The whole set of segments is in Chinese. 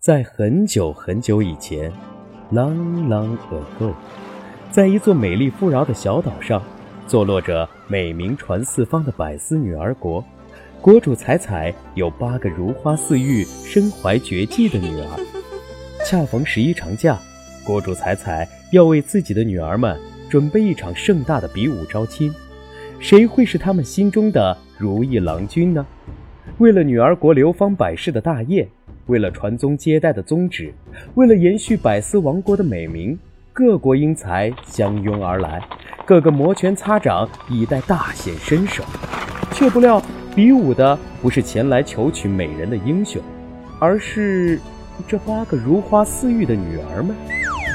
在很久很久以前 ，Long long ago， 在一座美丽富饶的小岛上，坐落着美名传四方的百思女儿国。国主彩彩有8个如花似玉、身怀绝技的女儿。恰逢11长假，国主彩彩要为自己的女儿们准备一场盛大的比武招亲。谁会是他们心中的如意郎君呢？为了女儿国流芳百世的大业，为了传宗接代的宗旨，为了延续百思王国的美名，各国英才相拥而来，个个摩拳擦掌，以待大显身手。却不料比武的不是前来求娶美人的英雄，而是这8个如花似玉的女儿们。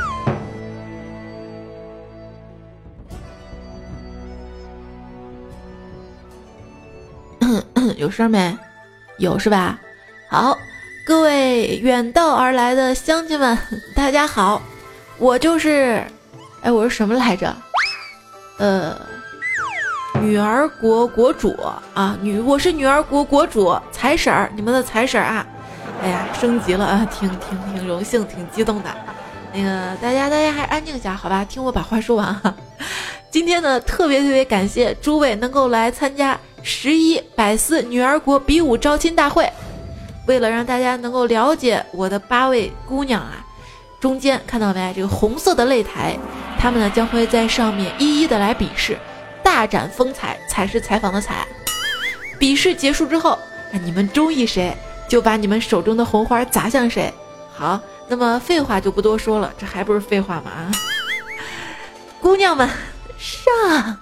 有声没？有是吧？好，各位远道而来的乡亲们，大家好，我就是，我是什么来着？女儿国国主啊，我是女儿国国主彩婶儿，你们的彩婶儿啊。哎呀，升级了啊，挺荣幸，挺激动的。那个大家还安静一下，好吧？听我把话说完哈。今天呢，特别感谢诸位能够来参加11百思女儿国比武招亲大会。为了让大家能够了解我的8位姑娘啊，中间看到没？这个红色的擂台，她们呢将会在上面一一的来比试，大展风采，采是采访的采。比试结束之后，你们中意谁，就把你们手中的红花砸向谁。好，那么废话就不多说了，这还不是废话吗？啊，姑娘们上！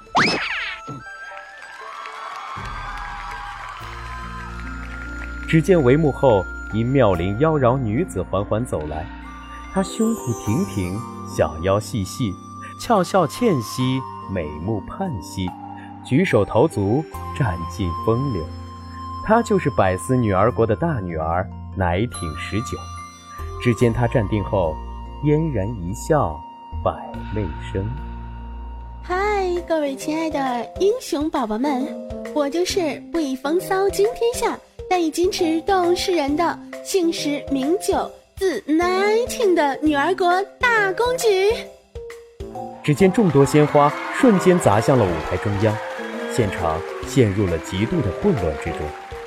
只见帷幕后一妙龄妖娆女子缓缓走来，她胸脯挺挺，小腰细细，俏笑倩兮，美目盼兮，举手投足占尽风流。她就是百思女儿国的大女儿乃挺19。只见她站定后，嫣然一笑，百媚生。 嗨，各位亲爱的英雄宝宝们，我就是不以风骚惊天下，但以矜持动世人的姓石名酒字乃挺的女儿国大公举。 只见众多鲜花瞬间砸向了舞台中央，现场陷入了极度的混乱之中。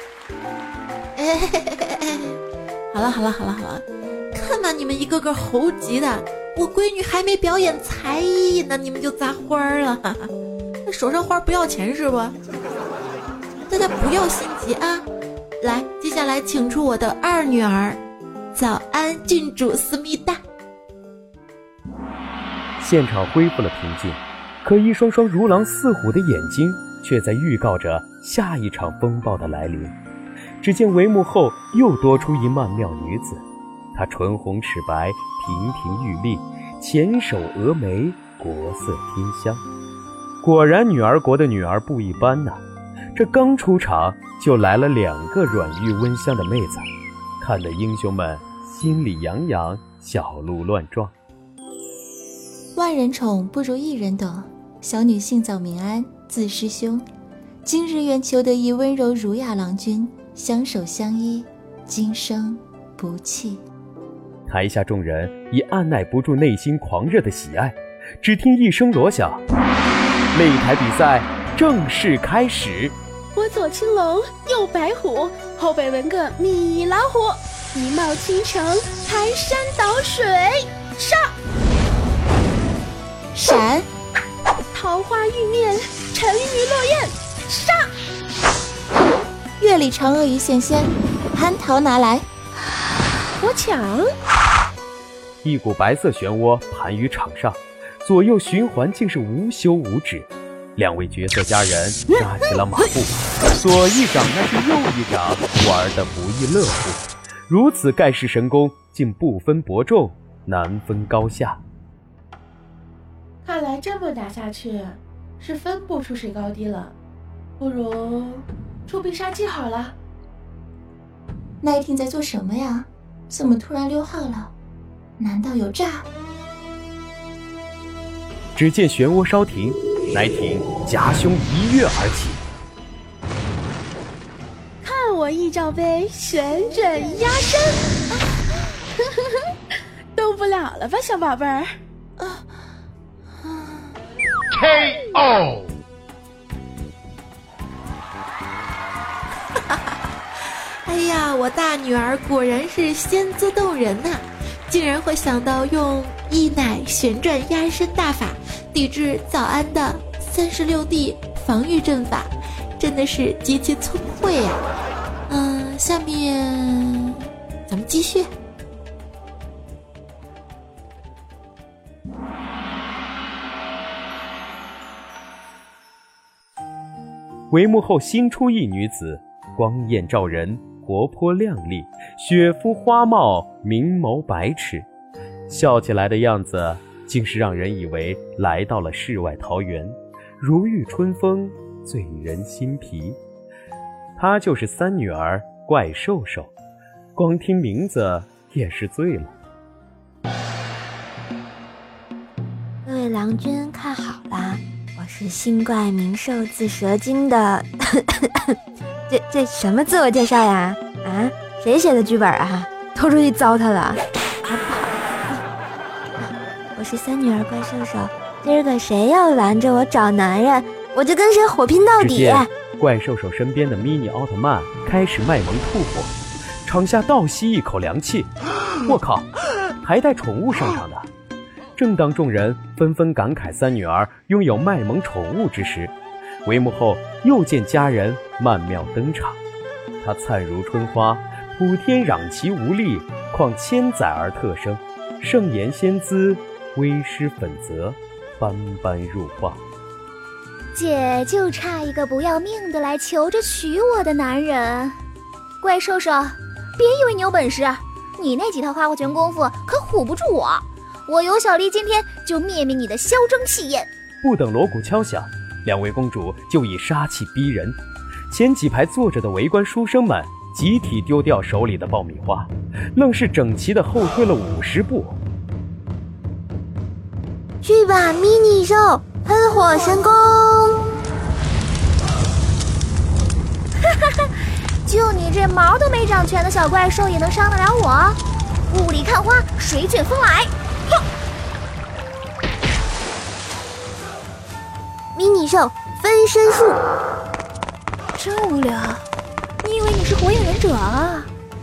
好了，看把你们一个个猴急的，我闺女还没表演才艺呢，你们就砸花了。那手上花不要钱是不？大家不要心急啊！来，接下来请出我的2女儿，早安郡主思密达。 现场恢复了平静，可一双双如狼似虎的眼睛却在预告着下一场风暴的来临。只见帷幕后又多出一曼妙女子，她唇红齿白，亭亭玉立，前手峨眉，国色天香。果然女儿国的女儿不一般呐，这刚出场就来了2个软玉温香的妹子，看得英雄们心里痒痒，小鹿乱撞。 万人宠不如一人懂，小女幸早民安，字师兄。今日愿求得一温柔儒雅郎君，相守相依，今生不弃。 台下众人已按耐不住内心狂热的喜爱，只听一声锣响，擂台比赛正式开始。 我左青龙，右白虎，后背纹个米老虎，一貌倾城，排山倒水，杀！ 闪！ 桃花欲面，沉鱼落雁，杀！ 月里嫦娥一线牵，蟠桃拿来， 我抢！ 一股白色漩涡盘于场上，左右循环竟是无休无止。2位角色佳人扎起了马步，左一掌那是右一掌，玩得不亦乐乎。如此盖世神功，竟不分伯仲，难分高下。 看来这么打下去，是分不出谁高低了。不如出必杀技好了。 奈挺在做什么呀？怎么突然溜号了？难道有诈？ 只见漩涡稍停，乃挺夹胸一跃而起。 看我一罩杯旋转压身， 了了吧，小宝贝儿 ？KO。 哎呀，我大女儿果然是仙姿动人呐，竟然会想到用一奶旋转压身大法抵制早安的36D 防御阵法，真的是极其聪慧呀。下面咱们继续。 帷幕后新出一女子，光艳照人，活泼靓丽，雪肤花貌，明眸白齿，笑起来的样子竟是让人以为来到了世外桃源，如遇春风，醉人心脾。她就是三女儿怪兽兽，光听名字也是醉了。 各位郎君看好啦，我是新怪名兽字蛇精的这什么自我介绍呀？啊，谁写的剧本啊？拖出去糟蹋了。不好意思，我是三女儿怪兽兽，今儿个谁要拦着我找男人，我就跟谁火拼到底。 怪兽兽身边的迷你奥特曼开始卖萌吐火，场下倒吸一口凉气。我靠，还带宠物上场的！正当众人纷纷感慨三女儿拥有卖萌宠物之时，帷幕后又见佳人曼妙登场。她灿如春花，普天攘其无力，况千载而特生，盛颜仙姿，微施粉泽，斑斑入画。 姐就差一个不要命的来求着娶我的男人。怪兽兽，别以为你有本事，你那几套花花拳功夫可唬不住我。我有小丽今天就灭灭你的嚣张气焰。 不等锣鼓敲响，两位公主就已杀气逼人。前几排坐着的围观书生们集体丢掉手里的爆米花，愣是整齐地后退了50步。 去吧，迷你兽，喷火神功！ 就你这毛都没长全的小怪兽也能伤得了我？雾里看花，水卷风来！哼！ 迷你兽分身术， 真无聊。你以为你是火影忍者啊？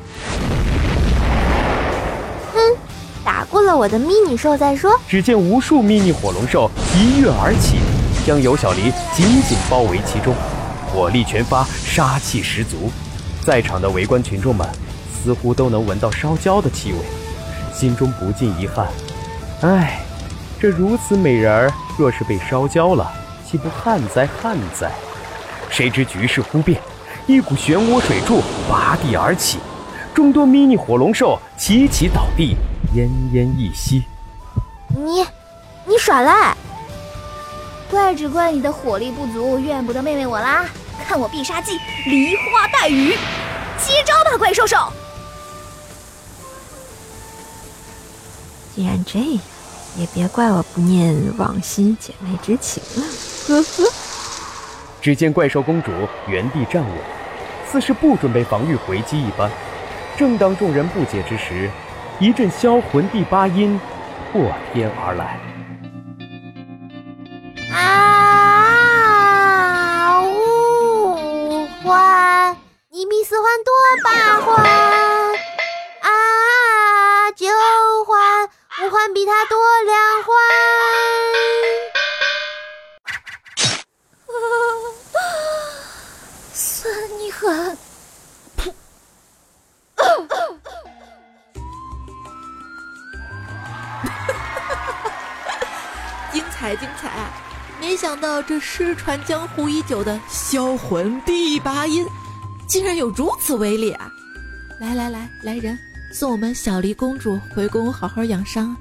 哼！打过了我的迷你兽再说。 只见无数迷你火龙兽一跃而起，将尤小黎紧紧包围其中，火力全发，杀气十足。在场的围观群众们似乎都能闻到烧焦的气味，心中不禁遗憾。唉，这如此美人儿，若是被烧焦了，岂不旱灾旱灾？谁知局势忽变，一股漩涡水柱拔地而起，众多迷你火龙兽齐齐倒地，奄奄一息。 你耍赖！ 怪只怪你的火力不足，怨不得妹妹我啦。看我必杀技梨花带雨，接招吧，怪兽兽！ 既然这样，也别怪我不念往昔姐妹之情了。呵呵。 只见怪兽公主原地站稳，似是不准备防御回击一般。正当众人不解之时，一阵销魂第8音破天而来。 五环，一米四环多8环啊，9环，5环比他多2环。 算你狠！ 精彩精彩！没想到这失传江湖已久的销魂第8音，竟然有如此威力啊！来人，送我们小黎公主回宫好好养伤。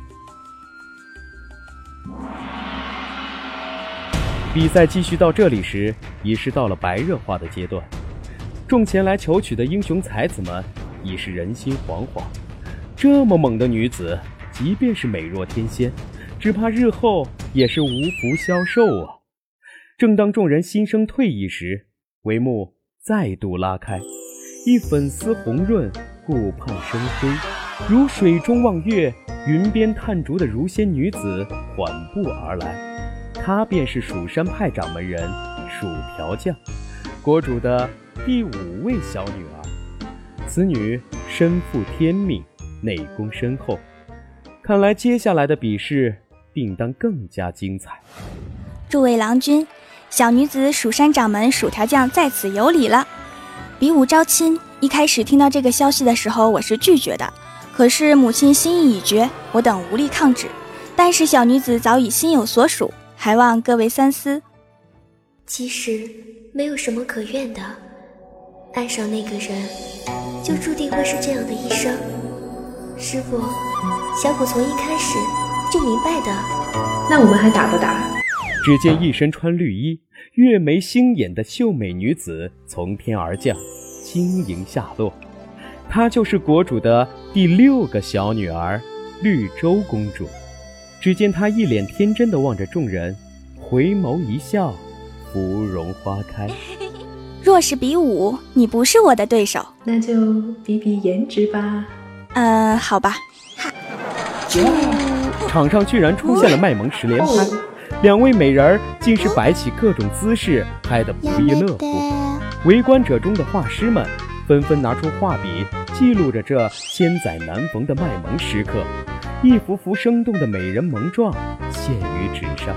比赛继续到这里时，已是到了白热化的阶段。众前来求娶的英雄才子们已是人心惶惶。这么猛的女子，即便是美若天仙，只怕日后也是无福消受啊！正当众人心生退意时，帷幕再度拉开，一粉丝红润，顾盼生辉，如水中望月， 云边探竹的如仙女子缓步而来，她便是蜀山派掌门人薯条酱，国主的第5位小女儿。此女身负天命，内功深厚，看来接下来的比试定当更加精彩。 诸位郎君，小女子蜀山掌门薯条酱在此有礼了。比武招亲，一开始听到这个消息的时候，我是拒绝的。可是母亲心意已决，我等无力抗旨。但是小女子早已心有所属，还望各位三思。 其实没有什么可怨的，爱上那个人，就注定会是这样的一生。师父，小虎从一开始就明白的。 那我们还打不打？ 只见一身穿绿衣、月眉星眼的秀美女子从天而降，轻盈下落。她就是国主的第6个小女儿绿洲公主。只见她一脸天真地望着众人，回眸一笑，芙蓉花开。 若是比武，你不是我的对手， 那就比比颜值吧。 好吧。 场上居然出现了卖萌10连拍，2位美人竟是摆起各种姿势，拍得不亦乐乎。围观者中的画师们纷纷拿出画笔，记录着这千载难逢的卖萌时刻，一幅幅生动的美人萌状现于纸上。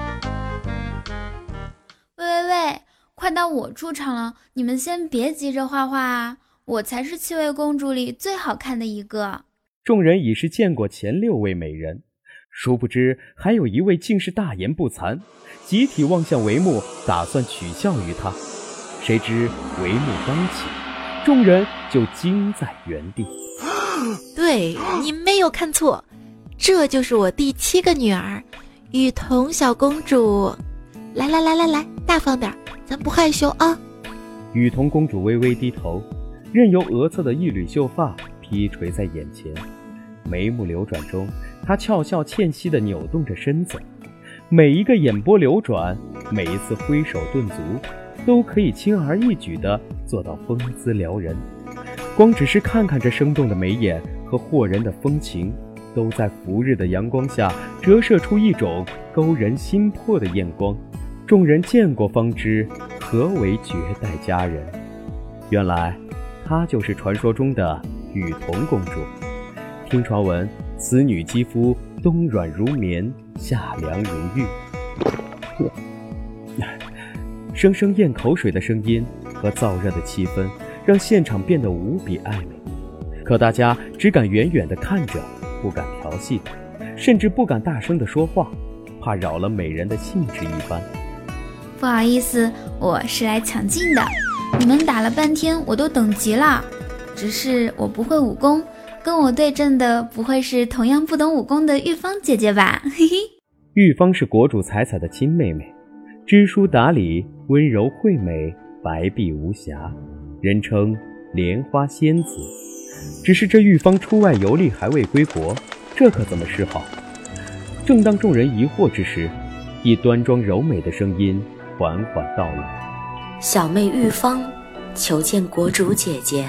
喂，快到我出场了，你们先别急着画画啊，我才是7位公主里最好看的一个。 众人已是见过前6位美人，殊不知还有1位竟是大言不惭，集体望向帷幕，打算取笑于她。谁知帷幕刚起，众人就惊在原地。 对，你没有看错，这就是我第7个女儿，雨桐小公主。来，大方点，咱不害羞啊。 雨桐公主微微低头，任由额侧的一缕秀发披垂在眼前，眉目流转中，她俏笑倩兮地扭动着身子，每一个眼波流转，每一次挥手顿足，都可以轻而易举地做到风姿撩人。光只是看看这生动的眉眼和惑人的风情，都在伏日的阳光下折射出一种勾人心魄的艳光。众人见过方知何为绝代佳人，原来她就是传说中的雨桐公主。听传闻，此女肌肤冬软如棉，夏凉如玉。生生咽口水的声音和燥热的气氛让现场变得无比暧昧，可大家只敢远远地看着，不敢调戏，甚至不敢大声地说话，怕扰了美人的兴致一般。 不好意思，我是来抢镜的，你们打了半天我都等急了，只是我不会武功，跟我对阵的不会是同样不懂武功的玉芳姐姐吧？嘿嘿。 玉芳是国主彩彩的亲妹妹，知书达理，温柔惠美，白璧无瑕，人称莲花仙子。只是这玉芳出外游历还未归国，这可怎么是好？正当众人疑惑之时，一端庄柔美的声音缓缓道来： 小妹玉芳求见国主姐姐。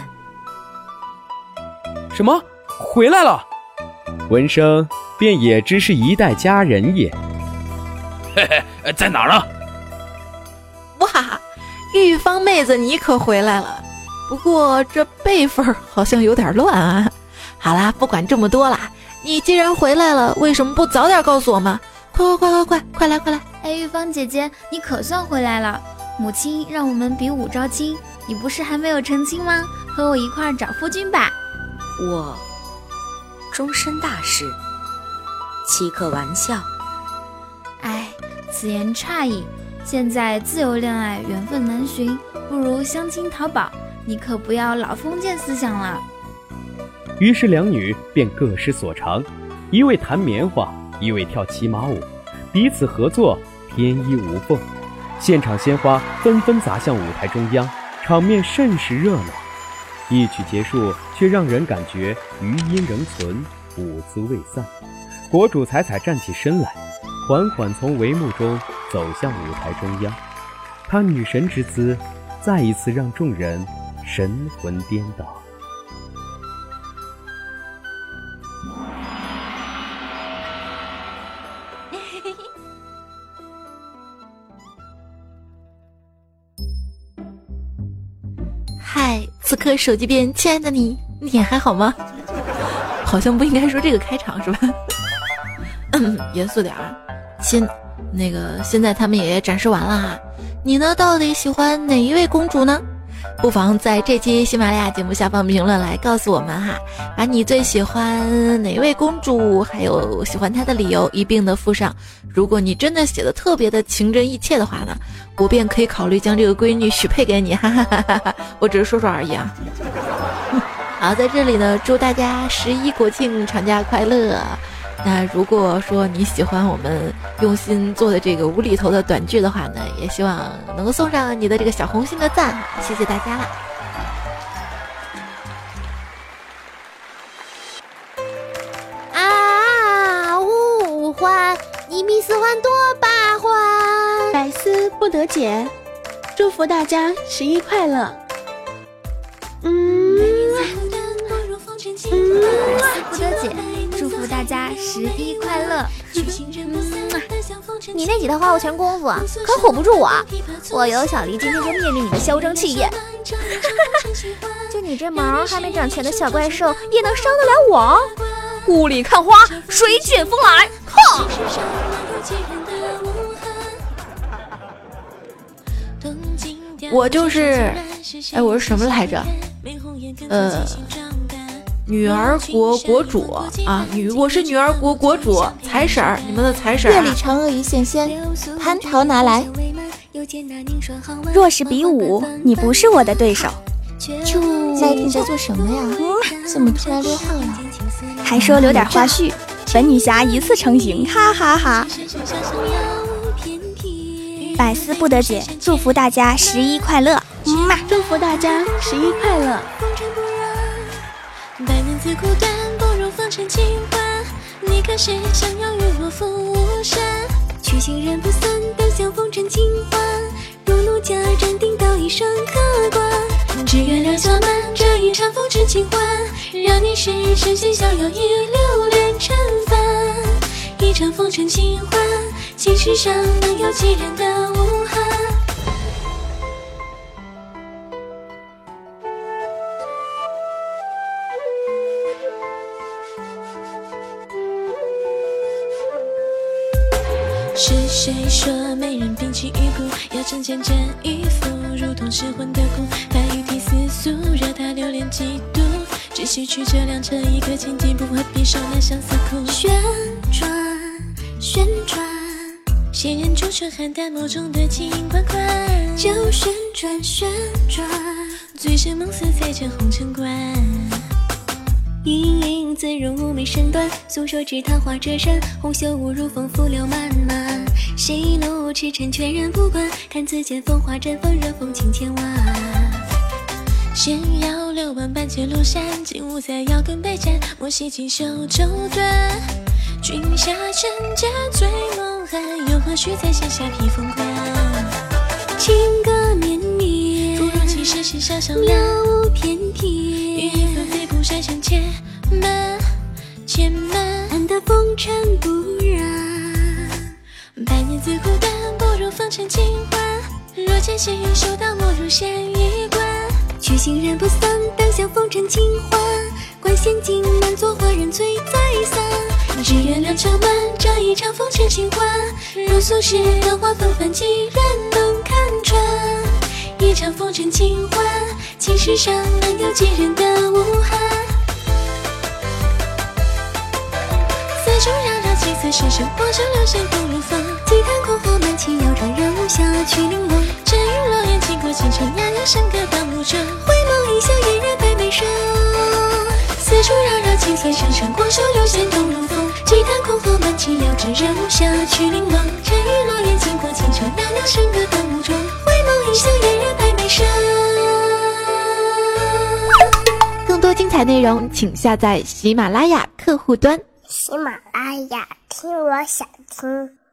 什么？回来了？闻声便也知是一代佳人也。 嘿嘿，在哪儿呢？ 哇，玉芳妹子你可回来了，不过这辈分好像有点乱啊。好啦，不管这么多啦，你既然回来了，为什么不早点告诉我们？快来！ 哎，玉芳姐姐，你可算回来了。母亲让我们比武招亲，你不是还没有成亲吗？和我一块儿找夫君吧。 我终身大事，岂可玩笑？ 哎，此言差矣。现在自由恋爱，缘分难寻，不如相亲淘宝。你可不要老封建思想了。 于是两女便各施所长，一位弹棉花，一位跳骑马舞，彼此合作，天衣无缝。现场鲜花纷纷砸向舞台中央，场面甚是热闹。一曲结束，却让人感觉余音仍存，舞姿未散。国主彩彩站起身来，缓缓从帷幕中走向舞台中央，她女神之姿再一次让众人神魂颠倒。 刻手机边，亲爱的你还好吗？好像不应该说这个开场是吧？严肃点儿，亲，那个现在他们也展示完了哈，你呢到底喜欢哪一位公主呢？不妨在这期喜马拉雅节目下方评论来告诉我们哈，把你最喜欢哪位公主，还有喜欢她的理由一并的附上。如果你真的写的特别的情真意切的话呢，我便可以考虑将这个闺女许配给你，哈哈哈哈哈！我只是说说而已啊。好，在这里呢，祝大家11国庆长假快乐。那如果说你喜欢我们用心做的这个无厘头的短剧的话呢，也希望能够送上你的这个小红心的赞，谢谢大家啦。 啊，五环，你比四环多8环。 百思不得解，祝福大家11快乐。 不得解，祝福大家11快乐。 你那几套话我全功夫可唬不住我，我有小黎今天就灭灭你的嚣张气焰。就你这毛还没长全的小怪兽也能伤得了我？雾里看花，水卷风来，哈！ 我就是，我是什么来着？女儿国国主啊，我是女儿国国主，财婶儿，你们的财婶儿。 月里嫦娥一线仙，蟠桃拿来。 若是比武，你不是我的对手。 在你在做什么呀？怎么突然溜号了？ 还说留点花絮，本女侠一次成型，哈哈哈。百思不得解，祝福大家11快乐， 祝福大家11快乐。 百年自苦短，不如放成情话。你可是想要与我浮生？去行人不散，但相逢真情话。如奴家人定到一生客观。只愿两小满，这一场风尘情欢，让你是神仙逍遥，一流连尘凡。一场风尘情欢，今世上能有几人的无憾？是谁说美人摒弃玉骨，要呈现这一副如同失魂的骨？白玉体似素，惹他留恋嫉妒。只需取这辆车一个千金，不何必受那相思苦？旋转旋转，仙人出尘邯郸梦中的情款款。就旋转旋转，醉生梦死才成红尘关。盈盈自容妩媚身段，诉说枝桃花折扇，红袖舞如风，拂柳漫漫。谁怒驰骋全然不管，看此间风华绽放，热风情千万。仙摇6万半截落山，金乌在腰根被斩，莫惜锦绣绸缎。君下臣家醉梦寒，又何须在线下披风冠？情歌绵绵，芙蓉气势心上上了无偏僻。羽翼纷飞，不闪身前门前门，安得风尘不染。百年自苦短，不如放成情话。若前行修道，莫如仙一关。去行人不散，但相逢真情话。观仙境难作花人醉再散。只愿两场满，这一场风尘情欢。如俗世的花纷繁，几人能看穿？一场风尘情欢，今世上能有几人的无憾？四处绕绕，几次深深，火车流线动如风。祭坛篝火满旗，摇转人无下去玲珑。沉鱼落雁，经过青城，哑哑笙歌到暮中。回眸一笑，嫣然百媚生。四处绕绕，几次深深，火车流线动如风。祭坛篝火满旗，摇转人无下去玲珑。沉鱼落雁，经过青城，哑哑笙歌到暮中。回眸一笑，嫣然百媚生。 更多精彩内容，请下载喜马拉雅客户端。 喜马拉雅，听我想听。